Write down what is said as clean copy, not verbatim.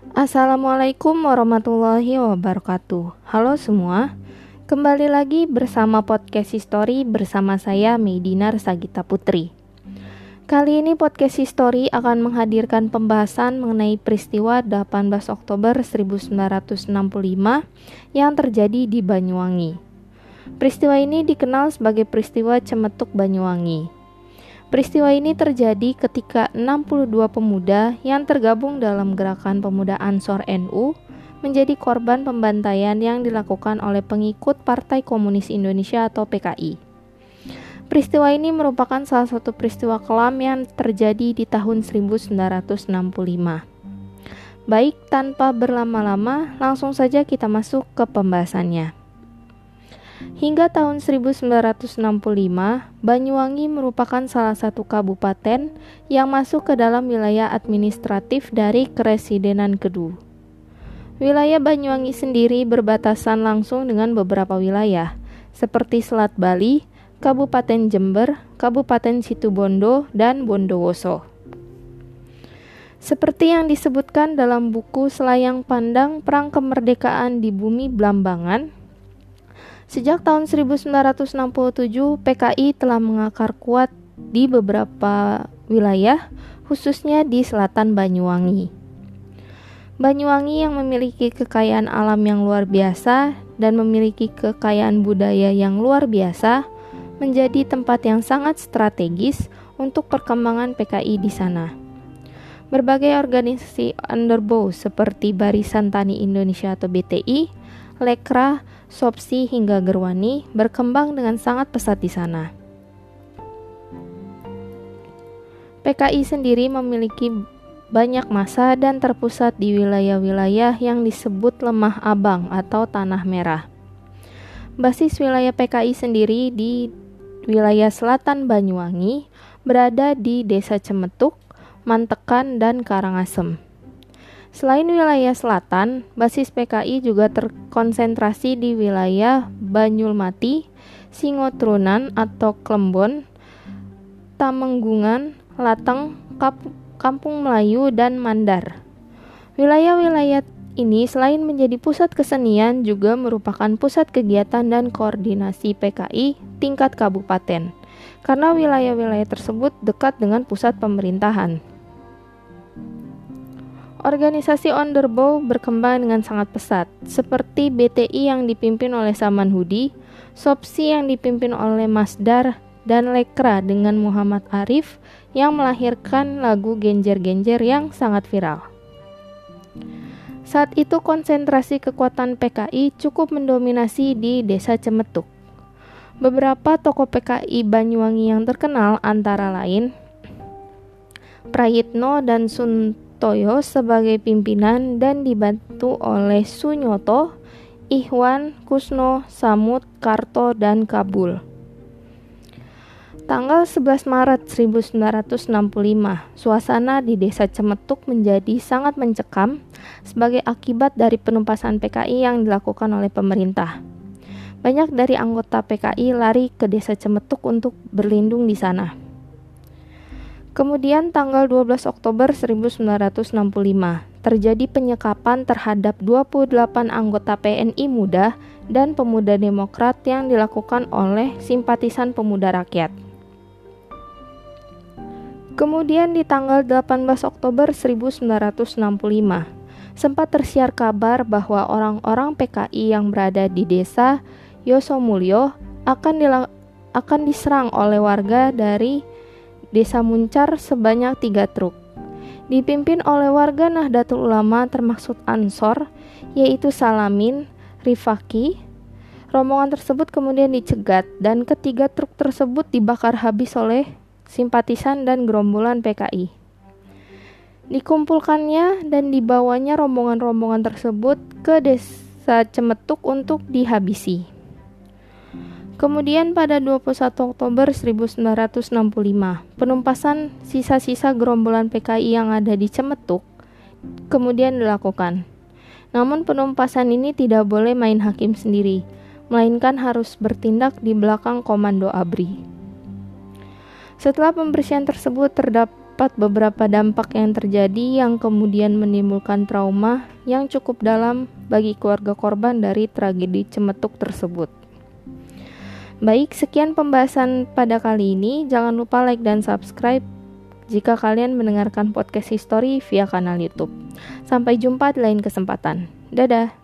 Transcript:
Assalamualaikum warahmatullahi wabarakatuh. Halo semua, kembali lagi bersama podcast History bersama saya Medina Sagita Putri. Kali ini podcast History akan menghadirkan pembahasan mengenai peristiwa 18 Oktober 1965 yang terjadi di Banyuwangi. Peristiwa ini dikenal sebagai peristiwa Cemetuk Banyuwangi. Peristiwa ini terjadi ketika 62 pemuda yang tergabung dalam gerakan pemuda Ansor NU menjadi korban pembantaian yang dilakukan oleh pengikut Partai Komunis Indonesia atau PKI. Peristiwa ini merupakan salah satu peristiwa kelam yang terjadi di tahun 1965. Baik, tanpa berlama-lama, langsung saja kita masuk ke pembahasannya. Hingga tahun 1965, Banyuwangi merupakan salah satu kabupaten yang masuk ke dalam wilayah administratif dari Keresidenan Kedu. Wilayah Banyuwangi sendiri berbatasan langsung dengan beberapa wilayah, seperti Selat Bali, Kabupaten Jember, Kabupaten Situbondo, dan Bondowoso. Seperti yang disebutkan dalam buku Selayang Pandang Perang Kemerdekaan di Bumi Blambangan, sejak tahun 1967, PKI telah mengakar kuat di beberapa wilayah, khususnya di selatan Banyuwangi. Banyuwangi yang memiliki kekayaan alam yang luar biasa dan memiliki kekayaan budaya yang luar biasa, menjadi tempat yang sangat strategis untuk perkembangan PKI di sana. Berbagai organisasi underbow seperti Barisan Tani Indonesia atau BTI, Lekra, Sopsi hingga Gerwani berkembang dengan sangat pesat di sana. PKI sendiri memiliki banyak massa dan terpusat di wilayah-wilayah yang disebut Lemah Abang atau Tanah Merah. Basis wilayah PKI sendiri di wilayah selatan Banyuwangi berada di Desa Cemetuk, Mantekan, dan Karangasem. Selain wilayah selatan, basis PKI juga terkonsentrasi di wilayah Banyulmati, Singotrunan atau Klembon, Tamenggungan, Lateng, Kampung Melayu, dan Mandar. Wilayah-wilayah ini selain menjadi pusat kesenian juga merupakan pusat kegiatan dan koordinasi PKI tingkat kabupaten, karena wilayah-wilayah tersebut dekat dengan pusat pemerintahan. Organisasi underbow berkembang dengan sangat pesat, seperti BTI yang dipimpin oleh Saman Hudi, Sopsi yang dipimpin oleh Masdar, dan Lekra dengan Muhammad Arif yang melahirkan lagu Genjer-Genjer yang sangat viral. Saat itu konsentrasi kekuatan PKI cukup mendominasi di Desa Cemetuk. Beberapa tokoh PKI Banyuwangi yang terkenal antara lain Prayitno dan Suntoyo sebagai pimpinan dan dibantu oleh Sunyoto, Ikhwan, Kusno, Samut, Karto, dan Kabul. Tanggal 11 Maret 1965, suasana di Desa Cemetuk menjadi sangat mencekam sebagai akibat dari penumpasan PKI yang dilakukan oleh pemerintah. Banyak dari anggota PKI lari ke Desa Cemetuk untuk berlindung di sana. Kemudian tanggal 12 Oktober 1965, terjadi penyekapan terhadap 28 anggota PNI Muda dan Pemuda Demokrat yang dilakukan oleh simpatisan Pemuda Rakyat. Kemudian di tanggal 18 Oktober 1965, sempat tersiar kabar bahwa orang-orang PKI yang berada di desa Yosomulyo akan diserang oleh warga dari Desa Muncar sebanyak 3 truk. Dipimpin oleh warga Nahdlatul Ulama termaksud Ansor, yaitu Salamin, Rifaki. Rombongan tersebut kemudian dicegat dan ketiga truk tersebut dibakar habis oleh simpatisan dan gerombolan PKI. Dikumpulkannya dan dibawanya rombongan-rombongan tersebut ke Desa Cemetuk untuk dihabisi. Kemudian pada 21 Oktober 1965, penumpasan sisa-sisa gerombolan PKI yang ada di Cemetuk kemudian dilakukan. Namun penumpasan ini tidak boleh main hakim sendiri, melainkan harus bertindak di belakang komando ABRI. Setelah pembersihan tersebut terdapat terdapat beberapa dampak yang terjadi yang kemudian menimbulkan trauma yang cukup dalam bagi keluarga korban dari tragedi Cemetuk tersebut. Baik, sekian pembahasan pada kali ini. Jangan lupa like dan subscribe jika kalian mendengarkan podcast history via kanal YouTube. Sampai jumpa di lain kesempatan. Dadah!